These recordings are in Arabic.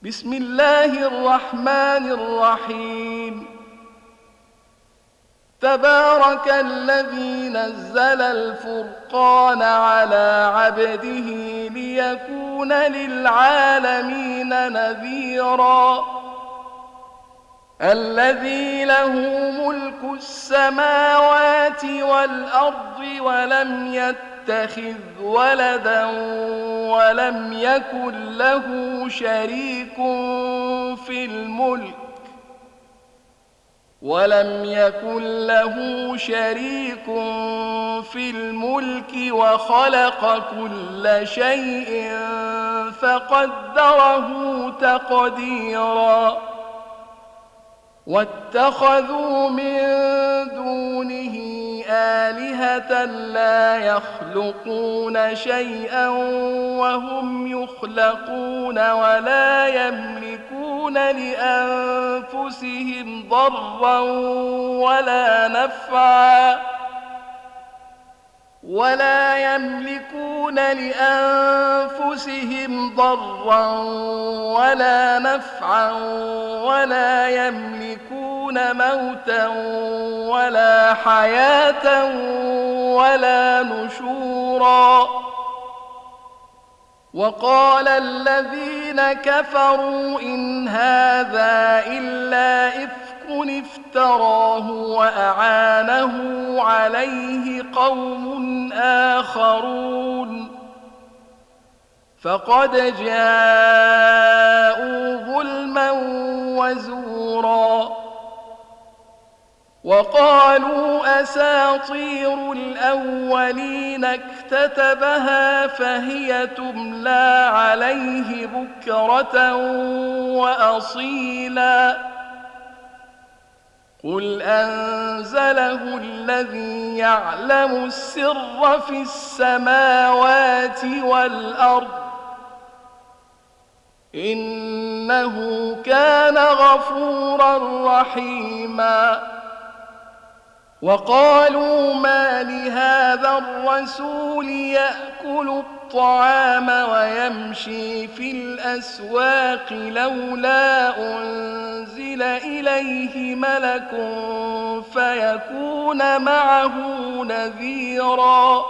بسم الله الرحمن الرحيم. تبارك الذي نزل الفرقان على عبده ليكون للعالمين نذيرا. الذي له ملك السماوات والأرض ولم يتخذ ولدا ولم يكن له شريك في الملك وخلق كل شيء فقدره تقديرا. واتخذوا من دونه آلهة لا يخلقون شيئا وهم يخلقون ولا يملكون لأنفسهم ضرا ولا نفعا ولا يملكون موتا ولا حياة ولا نشورا. وقال الذين كفروا إن هذا إلا إفك افتراه وأعانه عليه قوم آخرون فقد جاءوا ظلما وزورا. وقالوا أساطير الأولين اكتتبها فهي تملى عليه بكرة وأصيلا. قل أنزله الذي يعلم السر في السماوات والأرض إنه كان غفورا رحيما. وقالوا ما لهذا الرسول يأكل الطعام ويمشي في الأسواق لولا أنزل إليه ملك فيكون معه نذيرا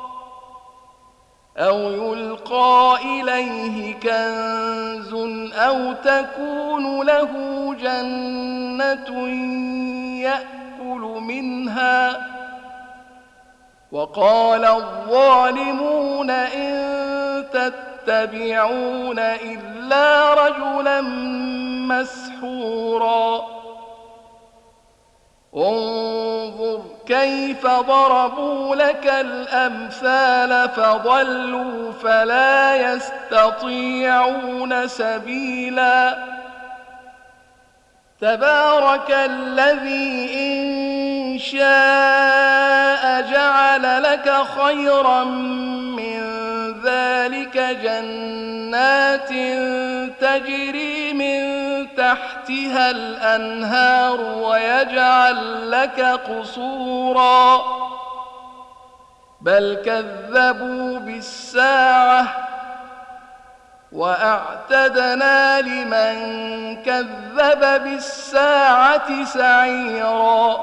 أو يلقى إليه كنز أو تكون له جنة يأكل منها. وقال الظالمون إن تتبعون إلا رجلا مسحورا. انظر كيف ضربوا لك الأمثال فضلوا فلا يستطيعون سبيلا. تبارك الذي إن شاء جعل لك خيرا من ذلك جنات تجري من تحتها الأنهار ويجعل لك قصورا بل كذبوا بالساعة وأعتدنا لمن كذب بالساعة سعيرا.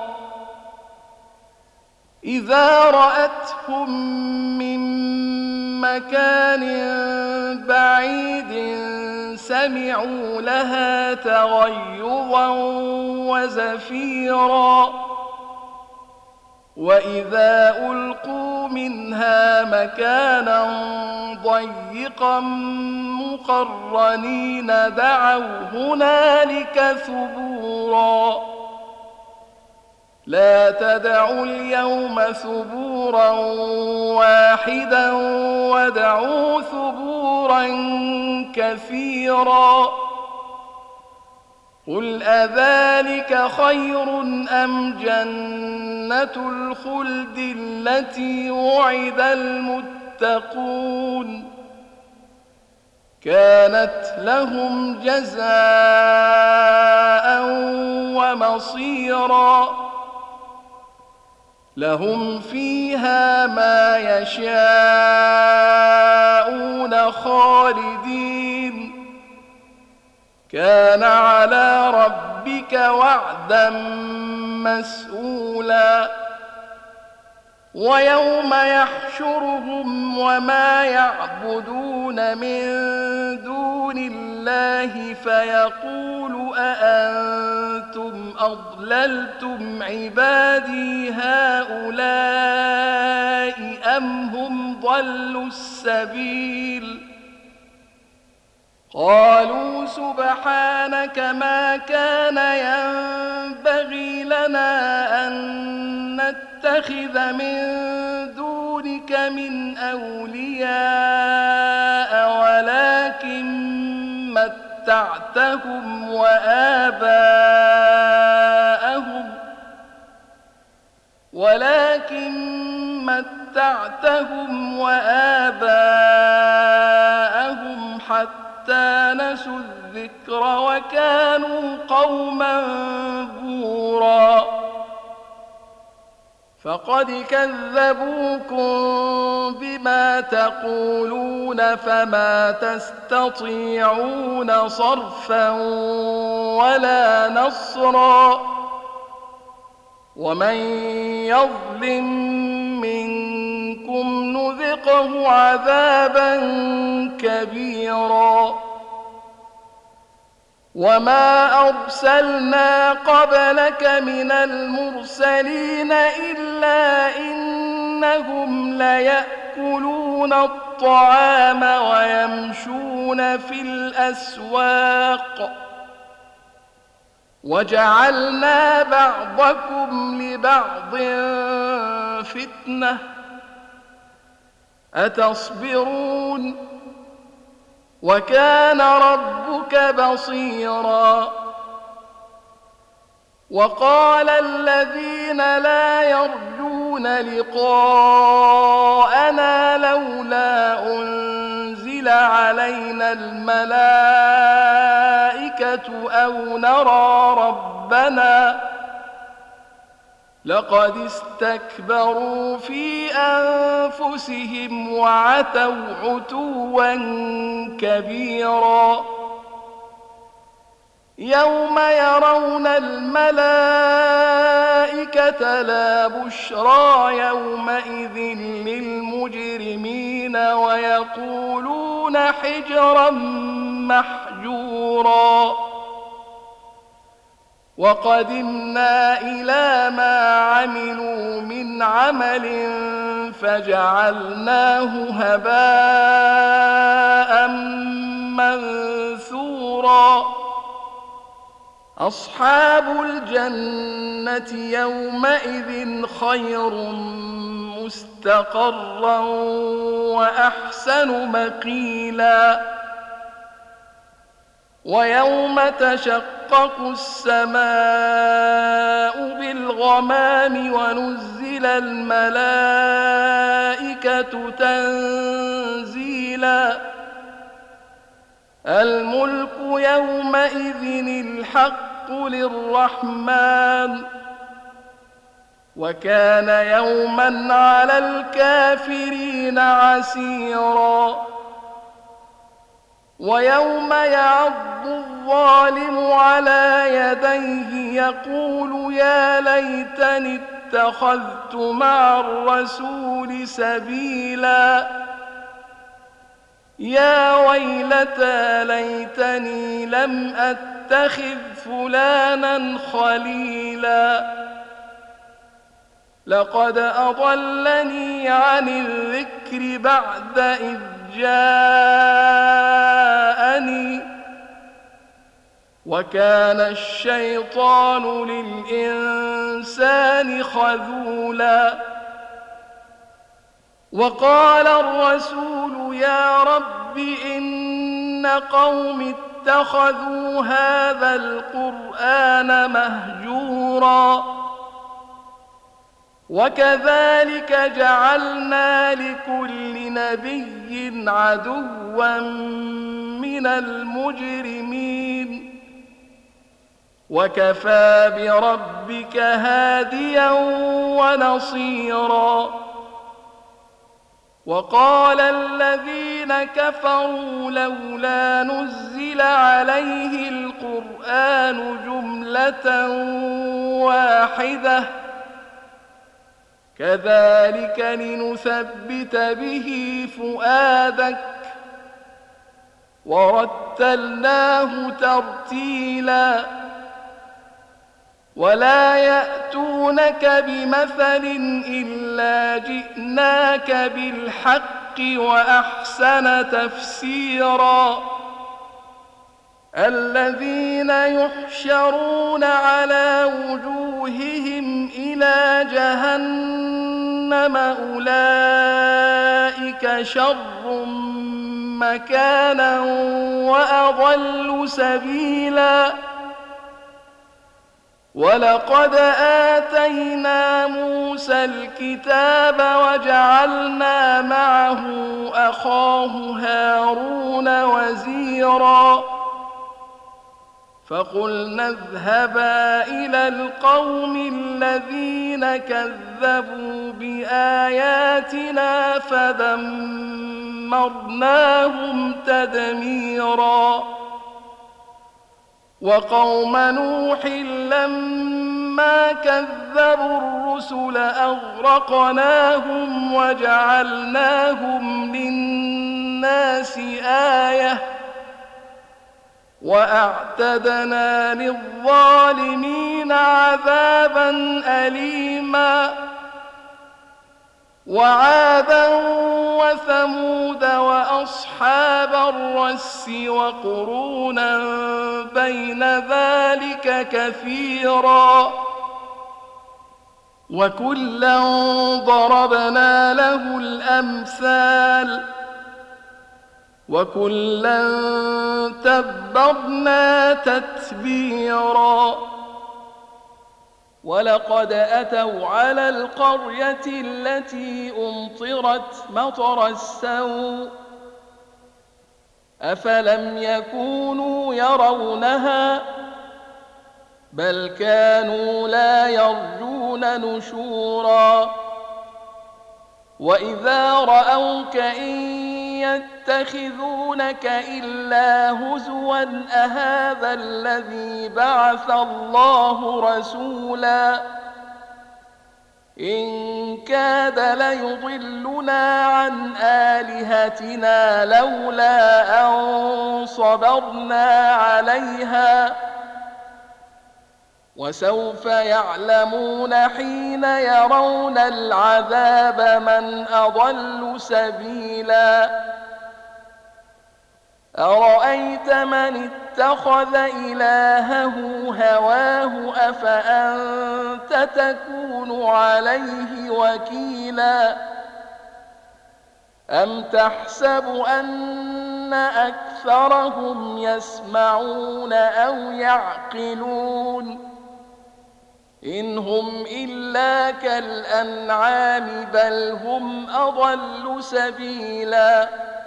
إذا رأتهم من مكان بعيد سمعوا لها تغيظا وزفيرا. وإذا ألقوا منها مكانا ضيقا مقرنين دعوا هنالك ثبورا. لا تدعوا اليوم ثبورا واحدا وادعوا ثبورا كثيرا. قل أذلك خير أم جنة الخلد التي وعد المتقون كانت لهم جزاء ومصيرا. لهم فيها ما يشاءون خالدين كان على ربك وعدا مسئولا ويوم يحشرهم وما يعبدون من دون الله فيقول أأنتم أضللتم عبادي هؤلاء أم هم ضلوا السبيل قالوا سبحانك ما كان ينبغي لنا أن نتخذ من دونك من أولياء ولكن متعتهم وآباءهم حتى نسوا الذكر وكانوا قوما بورا فقد كذبوكم بما تقولون فما تستطيعون صرفا ولا نصرا ومن يظلم منكم نذقه عذابا كبيرا وما أرسلنا قبلك من المرسلين إلا إنهم ليأكلون الطعام ويمشون في الأسواق وجعلنا بعضكم لبعض فتنة أتصبرون وكان ربك بصيرا وقال الذين لا يرجون لقاءنا لولا أنزل علينا الملائكة أو نرى ربنا لقد استكبروا في أنفسهم وعتوا عتوا كبيرا يوم يرون الملائكة لا بشرى يومئذ للمجرمين ويقولون حجرا محجورا وقدمنا إلى ما عملوا من عمل فجعلناه هباء منثورا أصحاب الجنة يومئذ خير مستقرا وأحسن مقيلا ويوم تشقق السماء بالغمام ونزل الملائكة تنزيلا الملك يومئذ الحق للرحمن وكان يوما على الكافرين عسيرا ويوم يعض الظالم على يديه يقول يا ليتني اتخذت مع الرسول سبيلا يا ويلتى ليتني لم أتخذ فلانا خليلا لقد أضلني عن الذكر بعد إذ جاءني وكان الشيطان للإنسان خذولا وقال الرسول يا رب إن قوم اتخذوا هذا القرآن مهجورا وكذلك جعلنا لكل نبي عدوا من المجرمين وكفى بربك هاديا ونصيرا وقال الذين كفروا لولا نزل عليه القرآن جملة واحدة كذلك لنثبت به فؤادك ورتلناه ترتيلا ولا يأتونك بمثل إلا جئناك بالحق وأحسن تفسيرا الذين يحشرون على وجوههم إلى جهنم أولئك شر مكانا وأضل سبيلا ولقد آتينا موسى الكتاب وجعلنا معه أخاه هارون وزيرا فقلنا اذهبا إلى القوم الذين كذبوا بآياتنا فدمرناهم تدميرا وقوم نوح لما كذبوا الرسل أغرقناهم وجعلناهم للناس آية وأعتدنا للظالمين عذابا أليما وعادا وثمود وأصحاب الرس وقرونا بين ذلك كثيرا وكلا ضربنا له الأمثال وكلا تبرنا تتبيرا ولقد أتوا على القرية التي أمطرت مطر السوء أفلم يكونوا يرونها بل كانوا لا يرجون نشورا وإذا رأوك إن يتخذونك إلا هزوا أهذا الذي بعث الله رسولا إن كاد ليضلنا عن آلهتنا لولا أن صبرنا عليها وسوف يعلمون حين يرون العذاب من أضل سبيلا أرأيت من اتخذ إلهه هواه أفأنت تكون عليه وكيلا أم تحسب أن أكثرهم يسمعون أو يعقلون إن هم إلا كالأنعام بل هم أضل سبيلا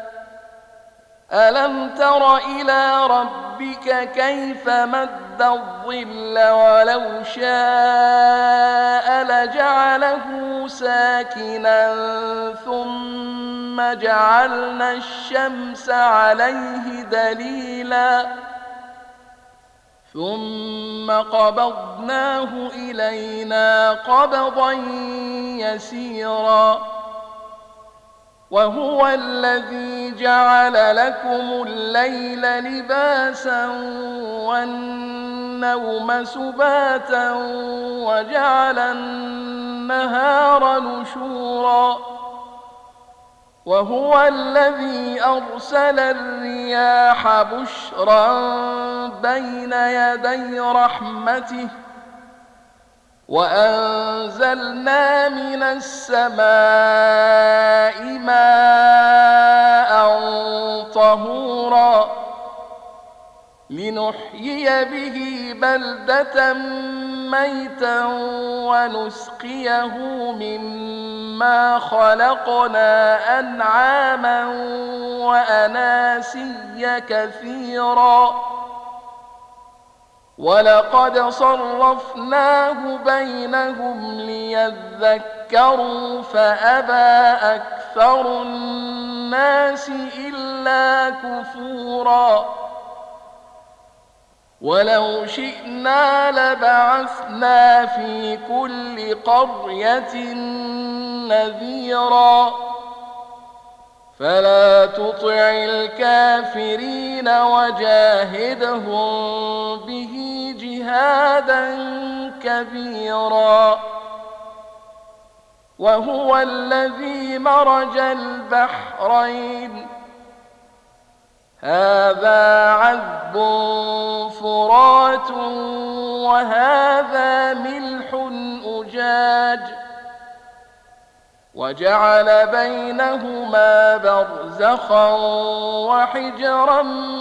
ألم تر إلى ربك كيف مد الظل ولو شاء لجعله ساكنا ثم جعلنا الشمس عليه دليلا ثم قبضناه إلينا قبضا يسيرا وهو الذي جعل لكم الليل لباسا والنوم سباتا وجعل النهار نشورا وهو الذي أرسل الرياح بشرا بين يدي رحمته وأنزلنا من السماء ماء طهورا لنحيي به بلدة ميتا ونسقيه مما خلقنا أنعاما وأناسيا كثيرا ولقد صرفناه بينهم ليذكروا فأبى أكثر الناس إلا كفورا ولو شئنا لبعثنا في كل قرية نذيرا فلا تطع الكافرين وجاهدهم به جهادا كبيرا وهو الذي مرج البحرين هذا عذب فرات وهذا ملح أجاج وجعل بينهما برزخا وحجرا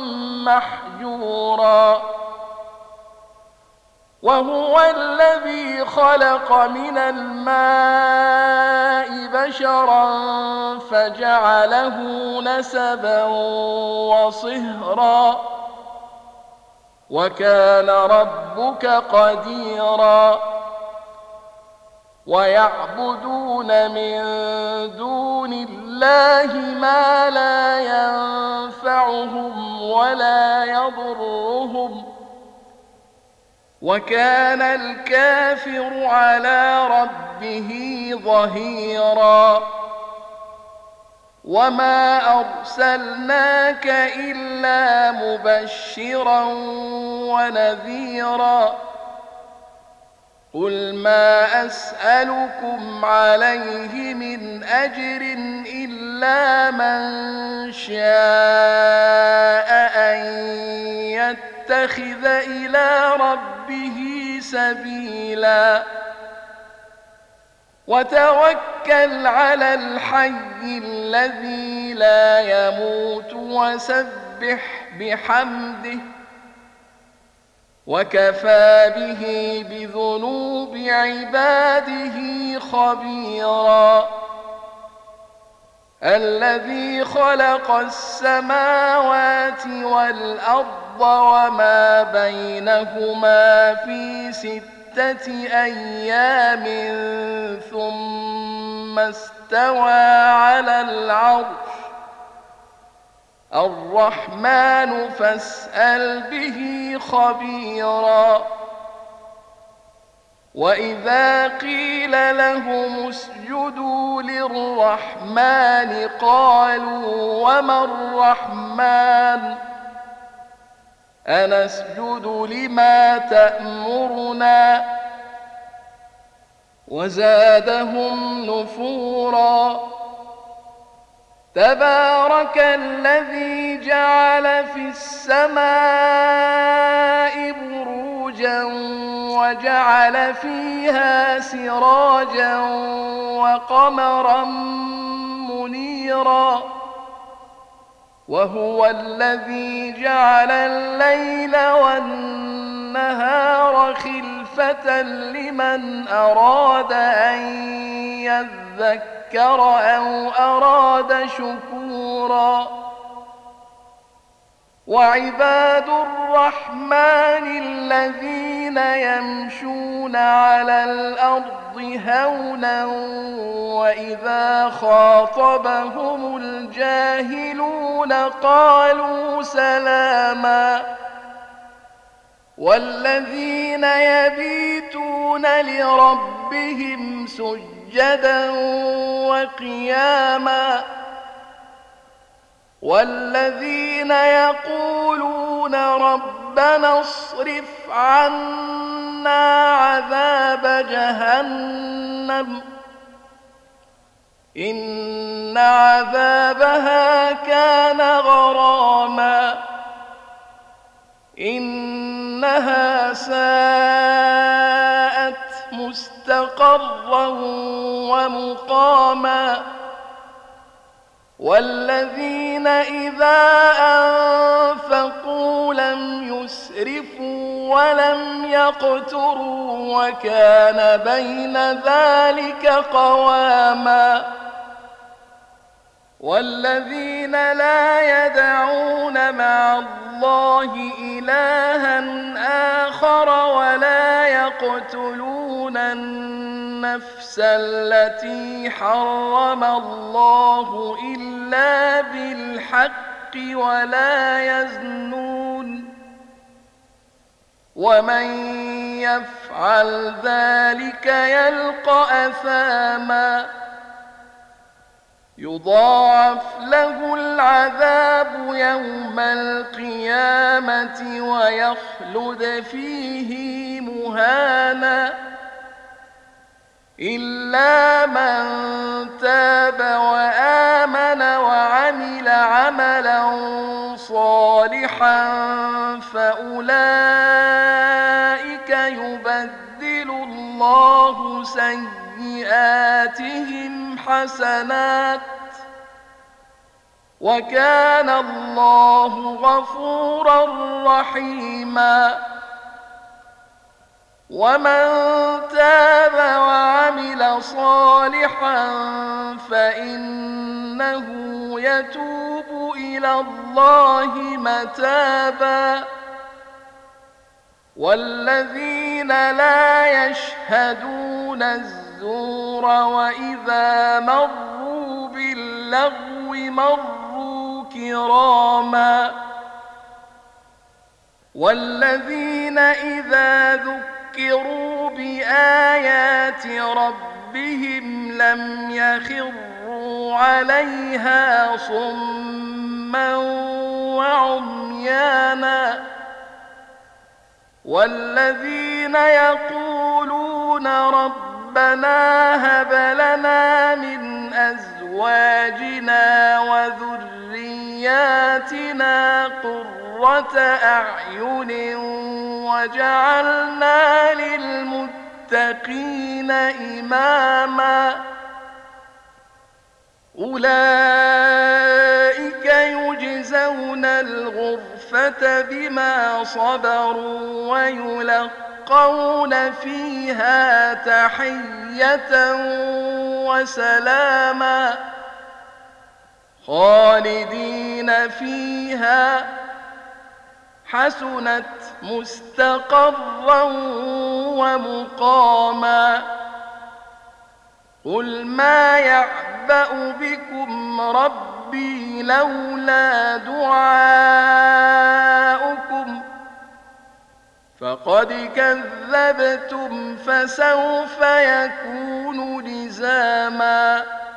محجورا وهو الذي خلق من الماء بشرا فجعله نسبا وصهرا وكان ربك قديرا ويعبدون من دون الله ما لا ينفعهم ولا يضرهم وكان الكافر على ربه ظهيرا وما أرسلناك إلا مبشرا ونذيرا قل ما أسألكم عليه من أجر إلا من شاء أن يتخذ إلى ربه سبيلا وتوكل على الحي الذي لا يموت وسبح بحمده وكفى به بذنوب عباده خبيرا الذي خلق السماوات والأرض وما بينهما في 6 أيام ثم استوى على العرش الرحمن فاسأل به خبيرا وإذا قيل لهم اسجدوا للرحمن قالوا وما الرحمن أنسجد لما تأمرنا وزادهم نفورا تبارك الذي جعل في السماء بروجا وجعل فيها سراجا وقمرا منيرا وهو الذي جعل الليل والنهار خلفة لمن أراد أن يذكر أو أراد شكورا وعباد الرحمن الذين يمشون على الأرض هونا وإذا خاطبهم الجاهلون قالوا سلاما والذين يبيتون لربهم سجدا وقياما والذين يقولون ربنا اصرف عنا عذاب جهنم إن عذابها كان غراما إنها ساءت مستقرا ومقاما والذين إذا أنفقوا لم يسرفوا ولم يقتروا وكان بين ذلك قواما والذين لا يدعون مع الله إلها آخر ولا يقتلون النفس التي حرم الله إلا بالحق ولا يزنون ومن يفعل ذلك يلقى أثاما يضاعف له العذاب يوم القيامة ويخلد فيه مهانا إلا من تاب وآمن وعمل عملا صالحا فأولئك يبدل الله سيئاتهم حسنات وكان الله غفورا رحيما ومن تاب وعمل صالحا فإنه يتوب إلى الله متابا والذين لا يشهدون الزور وإذا مروا باللغو مروا كراما والذين إذا ذكروا بآيات ربهم لم يخروا عليها صما وعميانا والذين يقولون ربنا هب لنا من أزواجنا وذرياتنا قرة أعين وجعلنا للمتقين إماما أولئك يجزون الغرفة بما صبروا ويلقون فيها تحية وسلاما خالدين فيها حسنت مستقرا ومقاما قل ما يعبأ بكم ربي لولا دعاؤكم فقد كذبتم فسوف يكون لزاما